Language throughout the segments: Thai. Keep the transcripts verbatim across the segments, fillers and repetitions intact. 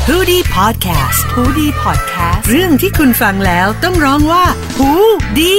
ฮูดี้พอดแคสต์ฮูดี้พอดแคสต์เรื่องที่คุณฟังแล้วต้องร้องว่าฮูดี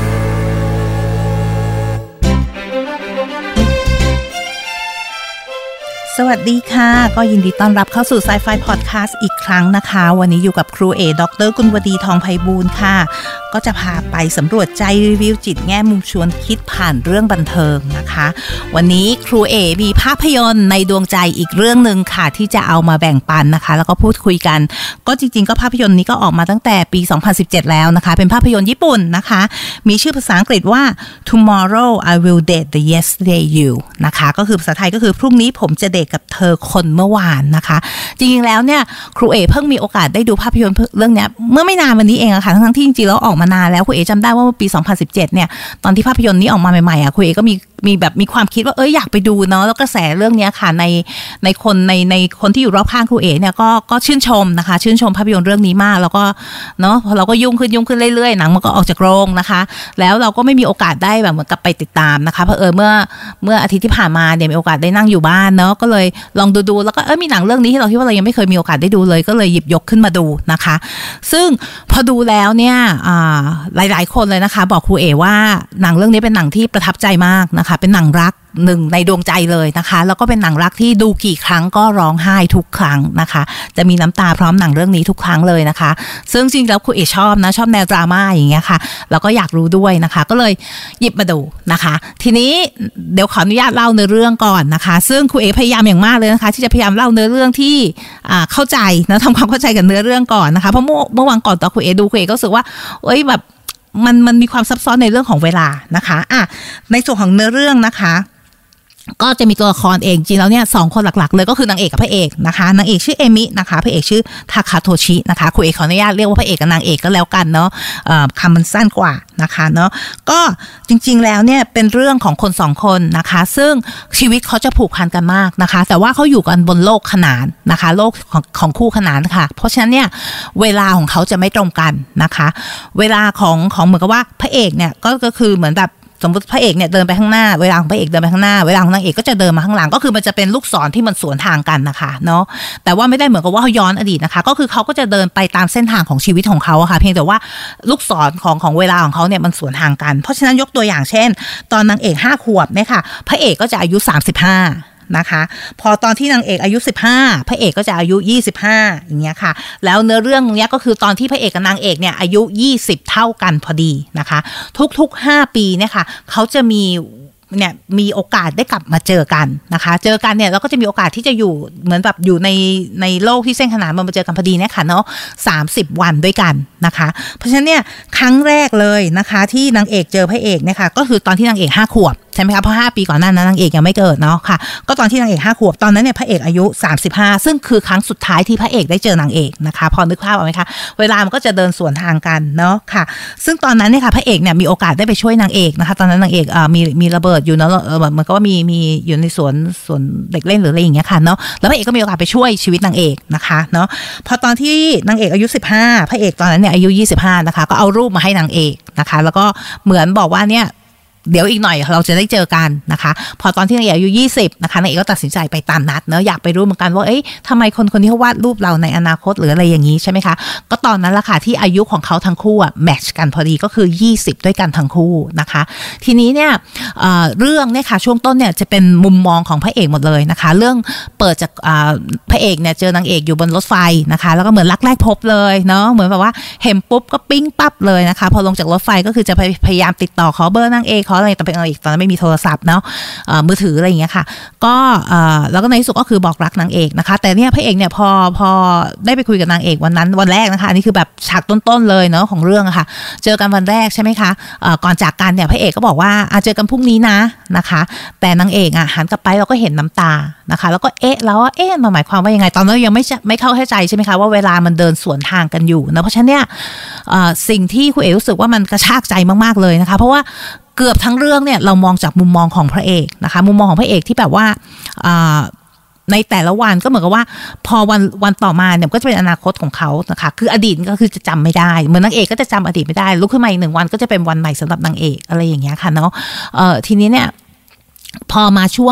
สวัสดีค่ะก็ยินดีต้อนรับเข้าสู่ Sci-Fi Podcast อีกครั้งนะคะวันนี้อยู่กับครูเอดร.กุลวดีทองไพบูลย์ค่ะก็จะพาไปสำรวจใจรีวิวจิตแง่มุมชวนคิดผ่านเรื่องบันเทิงนะคะวันนี้ครูเอมีภาพยนตร์ในดวงใจอีกเรื่องนึงค่ะที่จะเอามาแบ่งปันนะคะแล้วก็พูดคุยกันก็จริงๆก็ภาพยนตร์นี้ก็ออกมาตั้งแต่ปีสองพันสิบเจ็ดแล้วนะคะเป็นภาพยนตร์ญี่ปุ่นนะคะมีชื่อภาษาอังกฤษว่า Tomorrow I Will Date the Yesterday You นะคะก็คือภาษาไทยก็คือพรุ่งนี้ผมจะเดทกับเธอคนเมื่อวานนะคะจริงๆแล้วเนี่ยครูเอเพิ่งมีโอกาสได้ดูภาพยนตร์เรื่องนี้เมื่อไม่นานวันนี้เองอะค่ะทั้งๆที่จริงๆแล้วออกมานานแล้วครูเอจำได้ว่าเมื่อปีสองพันสิบเจ็ดเนี่ยตอนที่ภาพยนตร์นี้ออกมาใหม่ๆอะครูเอก็มีมีแบบมีความคิดว่าเอ้ยอยากไปดูเนาะแล้วกระแสเรื่องนี้ค่ะในในคนในในคนที่อยู่รอบข้างครูเอเนี่ยก็ก็ชื่นชมนะคะชื่นชมภาพยนตร์เรื่องนี้มากแล้วก็เนาะเราก็ยุ่งขึ้นยุ่งขึ้นเรื่อยๆหนังมันก็ออกจากโรงนะคะแล้วเราก็ไม่มีโอกาสได้แบบเหมือนกับไปติดตามนะคะเพราะเออเมื่อเมื่ออาทิตย์ที่ผ่านมาเนี่ยมีโอกาสได้นั่งอยู่บ้านเนาะก็เลยลองดูๆแล้วก็เออมีหนังเรื่องนี้ที่เราคิดว่าเรายังไม่เคยมีโอกาสได้ดูเลยก็เลยหยิบยกขึ้นมาดูนะคะซึ่งพอดูแล้วเนี่ยหลายๆคนเลยนะคะบอกครูเอว่าหนังเรื่องนี้เป็นหนังที่ประทับใจมากนะคะเป็นหนังรักหนึ่งในดวงใจเลยนะคะแล้วก็เป็นหนังรักที่ดูกี่ครั้งก็ร้องไห้ทุกครั้งนะคะจะมีน้ำตาพร้อมหนังเรื่องนี้ทุกครั้งเลยนะคะซึ่งจริงแล้วครูเอชอบนะชอบแนวดราม่าอย่างเงี้ยค่ะแล้วก็อยากรู้ด้วยนะคะก็เลยหยิบมาดูนะคะทีนี้เดี๋ยวขออนุญาตเล่าเนื้อเรื่องก่อนนะคะซึ่งครูเอพยายามอย่างมากเลยนะคะที่จะพยายามเล่าเนื้อเรื่องที่เข้าใจนะทำความเข้าใจกับเนื้อเรื่องก่อนนะคะเพราะเมื่อเมื่อวันก่อนตอนครูเอดูครูเอก็รู้สึกว่าเอ้ยแบบมันมันมีความซับซ้อนในเรื่องของเวลานะคะอ่ะในส่วนของเนื้อเรื่องนะคะก็จะมีตัวละครเองจริงแล้วเนี่ยสองคนหลักๆเลยก็คือนางเอกกับพระเอกนะคะนางเอกชื่อเอมินะคะพระเอกชื่อทาคาโทชินะคะครูเอกขออนุญาตเรียกว่าพระเอกกับนางเอกก็แล้วกันเนาะคำมันสั้นกว่านะคะเนาะก็จริงๆแล้วเนี่ยเป็นเรื่องของคนสองคนนะคะซึ่งชีวิตเขาจะผูกพันกันมากนะคะแต่ว่าเขาอยู่กันบนโลกขนานนะคะโลกของของคู่ขนานค่ะเพราะฉะนั้นเนี่ยเวลาของเขาจะไม่ตรงกันนะคะเวลาของของเหมือนกับว่าพระเอกเนี่ยก็ก็คือเหมือนแบบสมมติพระเอกเนี่ยเดินไปข้างหน้าเวลาของพระเอกเดินไปข้างหน้าเวลาของนางเอกก็จะเดินมาข้างหลังก็คือมันจะเป็นลูกศรที่มันสวนทางกันนะคะเนาะแต่ว่าไม่ได้เหมือนกับว่าเขาย้อนอดีตนะคะก็คือเขาก็จะเดินไปตามเส้นทางของชีวิตของเขาอะค่ะเพียงแต่ว่าลูกศรของของเวลาของเขาเนี่ยมันสวนทางกันเพราะฉะนั้นยกตัวอย่างเช่นตอนนางเอกห้าขวบเนี่ยค่ะพระเอกก็จะอายุสามสิบห้านะคะพอตอนที่นางเอกอายุสิบห้าพระเอกก็จะอายุยี่สิบห้าอย่างเงี้ยค่ะแล้วเนื้อเรื่องเนี้ยก็คือตอนที่พระเอกกับนางเอกเนี่ยอายุยี่สิบเท่ากันพอดีนะคะทุกๆห้าปีเนี่ยค่ะเขาจะมีเนี่ยมีโอกาสได้กลับมาเจอกันนะคะเจอกันเนี่ยเราก็จะมีโอกาสที่จะอยู่เหมือนแบบอยู่ในในโลกที่เส้นขนานมันมาเจอกันพอดีเนี่ยค่ะเนาะสามสิบวันด้วยกันนะคะเพราะฉะนั้นเนี่ยครั้งแรกเลยนะคะที่นางเอกเจอพระเอกเนี่ยค่ะก็คือตอนที่นางเอกห้าขวบใช่ไหมคะเพราะห้าปีก่อนหน้านั้นนางเอกยังไม่เกิดเนาะค่ะก็ตอนที่นางเอกห้าขวบตอนนั้นเนี่ยพระเอกอายุสามสิบห้าซึ่งคือครั้งสุดท้ายที่พระเอกได้เจอนางเอกนะคะพอนึกภาพออกไหมคะเวลามันก็จะเดินสวนทางกันเนาะค่ะซึ่งตอนนั้นเนี่ยค่ะพระเอกเนี่ยมีโอกาสได้ไปช่วยนางเอกนะคะตอนนั้นนางเอกอ่ามีมีระเบิดอยู่เนาะมันก็ว่ามีมีอยู่ในสวนสวนเด็กเล่นหรืออะไรอย่างเงี้ยค่ะเนาะแล้วพระเอกก็มีโอกาสไปช่วยชีวิตนางเอกนะคะเนาะพอตอนที่นางเอกอายุสิบห้าพระเอกตอนนั้นเนี่ยอายุยี่สิบห้านะคะก็เอารูปมาให้นางเอกนะคะแล้วก็เหมือนบอกว่าเนี่ยเดี๋ยวอีกหน่อยเราจะได้เจอกันนะคะพอตอนที่นางเอกอายุยี่สิบนะคะนางเอกก็ตัดสินใจไปตามนัดเนอะอยากไปรู้เหมือนกันว่าเอ๊ะทำไมคนคนนี้เขาวาดรูปเราในอนาคตหรืออะไรอย่างนี้ใช่ไหมคะก็ตอนนั้นละค่ะที่อายุของเขาทั้งคู่อะแมทช์กันพอดีก็คือยี่สิบด้วยกันทั้งคู่นะคะทีนี้เนี่ย เอ่อ เรื่องเนี่ยค่ะช่วงต้นเนี่ยจะเป็นมุมมองของพระเอกหมดเลยนะคะเรื่องเปิดจากพระเอกเนี่ยเจอนางเอกอยู่บนรถไฟนะคะแล้วก็เหมือนรักแรกพบเลยเนาะเหมือนแบบว่าเห็นปุ๊บก็ปิ๊งปั๊บเลยนะคะพอลงจากรถไฟก็คือจะพยายามติดต่อขอเบอร์นางเอกขออะไรแต่เป็นนางเอกตอนนั้นไม่มีโทรศัพท์เนาะมือถืออะไรอย่างเงี้ยค่ะก็แล้วก็ในที่สุดก็คือบอกรักนางเอกนะคะแต่เนี่ยพระเอกเนี่ยพอพอได้ไปคุยกับนางเอกวันนั้นวันแรกนะคะอันนี้คือแบบฉากต้นๆเลยเนาะของเรื่องอะค่ะเจอกันวันแรกใช่ไหมคะก่อนจากกันเนี่ยพระเอกก็บอกว่าเจอกันพรุ่งนี้นะนะคะแต่นางเอกอ่ะหันกลับไปเราก็เห็นน้ำตานะคะแล้วก็เอ๊ะแล้วเอ๊ะมันหมายความว่ายังไงตอนนั้นยังไม่ไม่เข้าใจใช่ไหมคะว่าเวลามันเดินสวนทางกันอยู่นะเพราะฉะนั้นเนี่ยสิ่งที่คุณเอ๋รู้สึกว่ามันกระชากใจมากๆเลยนะคะเพราะว่าเกือบทั้งเรื่องเนี่ยเรามองจากมุมมองของพระเอกนะคะมุมมองของพระเอกที่แบบว่าในแต่ละวันก็เหมือนกับว่าพอวันวันต่อมาเนี่ยก็จะเป็นอนาคตของเขานะคะคืออดีตก็คือจะจำไม่ได้เหมือนนางเอกก็จะจำอดีตไม่ได้ลุกขึ้นมาอีกหนึ่งวันก็จะเป็นวันใหม่สำหรับนางเอกอะไรอย่างเงี้ยค่ะเนาะทีนี้เนี่ย พอมาช่วง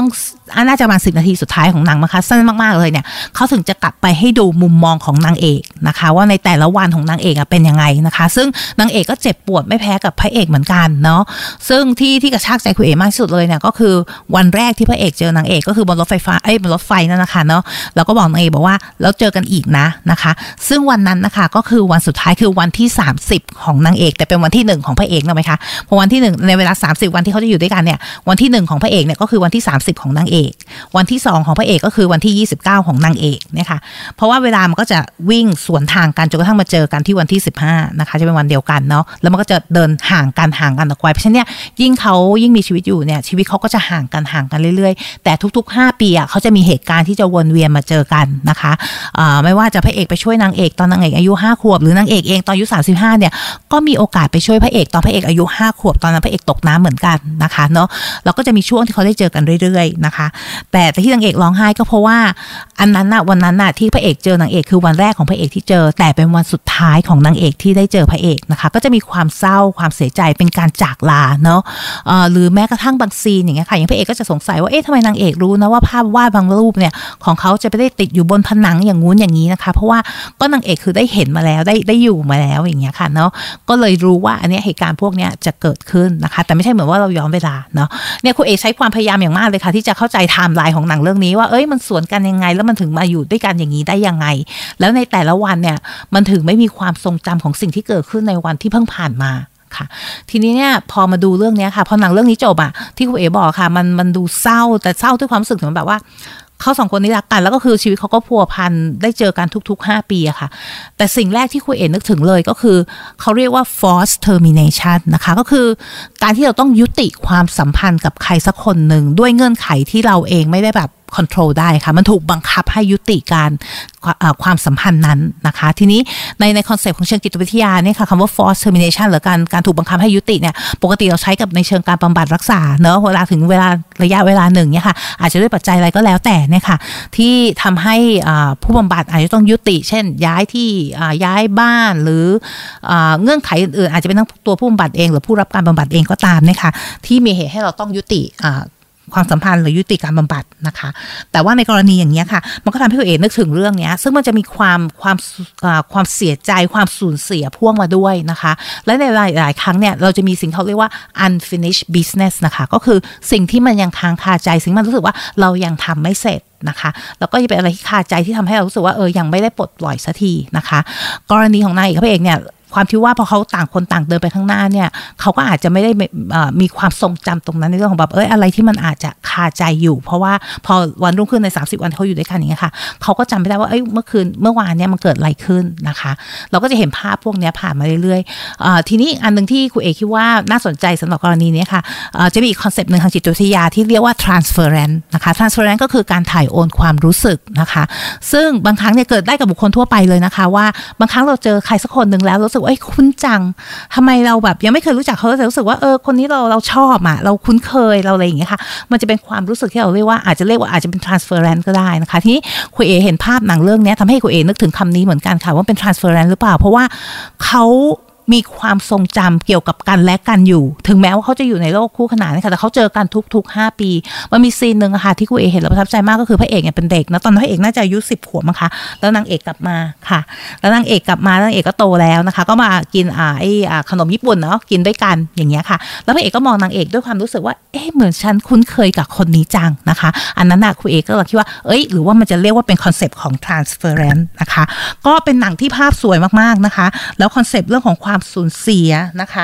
น่าจะประมาณสิบนาทีสุดท้ายของหนังมั้งคะสั้นมากๆเลยเนี่ยเขาถึงจะกลับไปให้ดูมุมมองของนางเอกนะคะว่าในแต่ละวันของนางเอกเป็นยังไงนะคะซึ่งนางเอกก็เจ็บปวดไม่แพ้กับพระเอกเหมือนกันเนาะซึ่งที่ที่กระชากใจคุณเอ๋มากที่สุดเลยเนี่ยก็คือวันแรกที่พระเอกเจอนางเอกก็คือบนรถไฟฟ้าเอ้ยบนรถไฟนั่นนะคะเนาะแล้วก็บอกนางเอกบอกว่าแล้วเจอกันอีกนะนะคะซึ่งวันนั้นนะคะก็คือวันสุดท้ายคือวันที่สามสิบของนางเอกแต่เป็นวันที่หนึ่งของพระเอกนะไหมคะเพราะวันที่หนึ่งในเวลาสามสิบวันที่เขาจะอยู่ด้วยกันเนี่ยวันที่หนึ่งของพระเอกเนี่ยก็คือวันที่สามสิบของนางเอกวันที่สองของพระเอกก็คือวันที่ยี่สิบเก้าของนางเอกเนี่ยค่ะเพราะว่าเวลามันก็จะวิ่งสวนทางกันจนกระทั่งมาเจอกันที่วันที่สิบห้านะคะจะเป็นวันเดียวกันเนาะแล้วมันก็จะเดินห่างกันห่างกันออกไปเพราะฉะนั้นเนี่ยยิ่งเขายิ่งมีชีวิตอยู่เนี่ยชีวิตเขาก็จะห่างกันห่างกันเรื่อยๆแต่ทุกๆห้าปีอ่ะเขาจะมีเหตุการณ์ที่จะวนเวียนมาเจอกันนะคะอ่าไม่ว่าจะพระเอกไปช่วยนางเอกตอนนางเอกอายุห้าขวบหรือนางเอกเองตอนอายุสามสิบห้าเนี่ยก็มีโอกาสไปช่วยพระเอกตอนพระเอกอายุห้าขวบตอนนั้นพระเอกตกน้ำเหมือนกันนะคะเนาะเราก็จะมีช่วงที่เขาได้เจอกันเรื่อยๆนะคะแต่แต่ที่นางเอกร้องไห้ก็เพราะว่าอันนั้นน่ะวันนั้นน่ะที่พระเอกเจอนางเอกคือวันแรกของพระเอกที่เจอแต่เป็นวันสุดท้ายของนางเอกที่ได้เจอพระเอกนะคะก็จะมีความเศร้าความเสียใจเป็นการจากลาเนาะเอ่อหรือแม้กระทั่งบางซีนอย่างเงี้ยค่ะอย่างพระเอกก็จะสงสัยว่าเอ๊ะทำไมนางเอกรู้นะว่าภาพวาดบางรูปเนี่ยของเขาจะไปได้ติดอยู่บนผนังอย่างงู้นอย่างนี้นะคะเพราะว่าก็นางเอกคือได้เห็นมาแล้วได้ได้อยู่มาแล้วอย่างเงี้ยค่ะเนาะก็เลยรู้ว่าอันนี้เหตุการณ์พวกเนี้ยจะเกิดขึ้นนะคะแต่ไม่ใช่เหมือนว่าเราย้อนเวลาเนาะเนี่ยคุณเอกใช้ความพยายามอย่างมากเลยค่ะที่จะเข้าใจไทม์ไลน์ของหนังเรื่องนี้ว่าเอ้ยมันสวนกันยังไงแล้วมันถึงมาอยู่ด้วยกันอย่างนี้ได้ยังไงแล้วในแต่ละวันเนี่ยมันถึงไม่มีความทรงจำของสิ่งที่เกิดขึ้นในวันที่เพิ่งผ่านมาค่ะทีนี้เนี่ยพอมาดูเรื่องนี้ค่ะพอหนังเรื่องนี้จบอะที่คุณเอ๋บอกค่ะมันมันดูเศร้าแต่เศร้าด้วยความรู้สึกเหมือนแบบว่าเขาสองคนนี้รักกันแล้วก็คือชีวิตเขาก็พัวพันได้เจอกันทุกๆห้าปีอะค่ะแต่สิ่งแรกที่คุณเอ๋นึกถึงเลยก็คือเขาเรียกว่า forced termination นะคะก็คือการที่เราต้องยุติความสัมพันธ์กับใครสักคนหนึ่งด้วยเงื่อนไขที่เราเองไม่ได้แบบคอนโทรลได้ค่ะมันถูกบังคับให้ยุติการความสัมพันธ์นั้นนะคะทีนี้ในในคอนเซปต์ของเชิงจิตวิทยาเนี่ยค่ะคำว่า forced termination หรือการการถูกบังคับให้ยุติเนี่ยปกติเราใช้กับในเชิงการบำบัดรักษาเนอะเวลาถึงเวลาระยะเวลาหนึ่งเนี่ยค่ะอาจจะด้วยปัจจัยอะไรก็แล้วแต่เนี่ยค่ะที่ทำให้ผู้บำบัดอาจจะต้องยุติเช่นย้ายที่ย้ายบ้านหรือเงื่อนไขอื่นๆอาจจะเป็นทั้งตัวผู้บำบัดเองหรือผู้รับการบำบัดเองก็ตามเนี่ยค่ะที่มีเหตุให้เราต้องยุติความสัมพันธ์หรือยุติการบำบัดนะคะแต่ว่าในกรณีอย่างนี้ค่ะมันก็ทำให้คุณเอ๋นึกถึงเรื่องนี้ซึ่งมันจะมีความความความเสียใจความสูญเสียพ่วงมาด้วยนะคะและในหลายหลายครั้งเนี่ยเราจะมีสิ่งเขาเรียกว่า unfinished business นะคะก็คือสิ่งที่มันยังค้างคาใจสิ่งมันรู้สึกว่าเรายังทำไม่เสร็จนะคะแล้วก็จะเป็นอะไรที่คาใจที่ทำให้เรารู้สึกว่าเออยังไม่ได้ปลดปล่อยสักทีนะคะกรณีของนายเอกพระเอกเนี่ยความที่ว่าพอเขาต่างคนต่างเดินไปข้างหน้าเนี่ยเขาก็อาจจะไม่ได้มีความทรงจำตรงนั้นในเรื่องของแบบเอ้ยอะไรที่มันอาจจะคาใจอยู่เพราะว่าพอวันรุ่งขึ้นในสามสิบวันเขาอยู่ด้วยกันอย่างเงี้ยค่ะเขาก็จำไม่ได้ว่าเอ้ยเมื่อคืนเมื่อวานเนี่ยมันเกิดอะไรขึ้นนะคะเราก็จะเห็นภาพพวกนี้ผ่านมาเรื่อยๆทีนี้อันนึงที่ครูเอกคิดว่าน่าสนใจสำหรับกรณีนี้ค่ะจะมีอีกคอนเซปต์นึงทางจิตวิทยาที่เรียกว่า transference นะคะ transference ก็คือการถ่ายโอนความรู้สึกนะคะซึ่งบางครั้งเนี่ยเกิดได้กับบุคคลทั่วไปเลยนะคะว่าบางครั้งเราเจอใครสักคนนึงแล้วรู้สึกว่าคุ้นจังทำไมเราแบบยังไม่เคยรู้จักเขาแต่รู้สึกว่าเออคนนี้เราเราชอบอ่ะเราคุ้นเคยเราอะไรอย่างเงี้ยค่ะมันจะเป็นความรู้สึกที่เราเรียกว่าอาจจะเรียกว่าอาจจะเป็น transference ก็ได้นะคะทีนี้คุณเอเห็นภาพหนังเรื่องนี้ทำให้คุณเอนึกถึงคำนี้เหมือนกันค่ะว่าเป็น transference หรือเปล่าเพราะว่าเขามีความทรงจำเกี่ยวกับกันและกันอยู่ถึงแม้ว่าเขาจะอยู่ในโลกคู่ขนานนะคะแต่เขาเจอกันทุกๆห้าปีมันมีซีนนึงอะค่ะที่คุณเอเห็นแล้วประทับใจมากก็คือพระเอกเนี่ยเป็นเด็กนะตอนนั้นพระเอกน่าจะอายุสิบขวบมั้งคะแล้วนางเอกกลับมาค่ะแล้วนางเอกกลับมานางเอกก็โตแล้วนะคะก็มากินอ่าไอ้ขนมญี่ปุ่นเนาะกินด้วยกันอย่างเงี้ยค่ะแล้วพระเอกก็มองนางเอกด้วยความรู้สึกว่าเอ๊ะเหมือนฉันคุ้นเคยกับคนนี้จังนะคะอันนั้นน่ะคุณเอก็เลยคิดว่าเอ้ยหรือว่ามันจะเรียกว่าเป็นคอนเซปต์ของ transference นะคะก็เป็นหนังที่ภาพสวยมากๆนะคะแล้วคอนเซปต์เรื่องของความสูญเสียนะคะ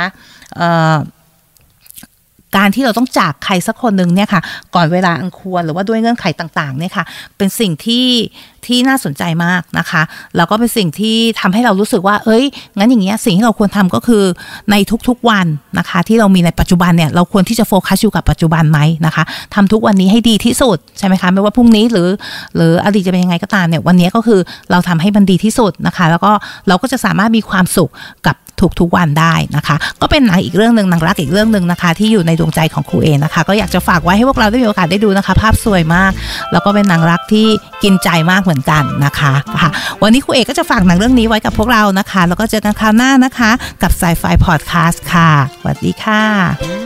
การที่เราต้องจากใครสักคนหนึ่งเนี่ยค่ะก่อนเวลาอันควรหรือว่าด้วยเงื่อนไขต่างๆเนี่ยค่ะเป็นสิ่งที่ที่น่าสนใจมากนะคะแล้วก็เป็นสิ่งที่ทำให้เรารู้สึกว่าเอ้ยงั้นอย่างเงี้ยสิ่งที่เราควรทำก็คือในทุกๆวันนะคะที่เรามีในปัจจุบันเนี่ยเราควรที่จะโฟกัสอยู่กับปัจจุบันไหมนะคะทำทุกวันนี้ให้ดีที่สุดใช่ไหมคะไม่ว่าพรุ่งนี้หรือหรืออดีตจะเป็นยังไงก็ตามเนี่ยวันนี้ก็คือเราทำให้มันดีที่สุดนะคะแล้วก็เราก็จะสามารถมีความสุขกับทุกๆวันได้นะคะก็เป็นหนังอีกเรื่องนึงหนังรักอีกเรื่องนึงนะคะที่อยู่ในดวงใจของครูเอนะคะก็อยากจะฝากไว้ให้พวกเราได้มีโอกาสได้ดูนะคะภาพสวยมากแล้วก็เป็นหนังรักที่กินใจมากเหมือนกันนะคะค่ะวันนี้ครูเอก็จะฝากหนังเรื่องนี้ไว้กับพวกเรานะคะแล้วก็เจอกันคราวหน้านะคะกับ Sci-Fi Podcast ค่ะสวัสดีค่ะ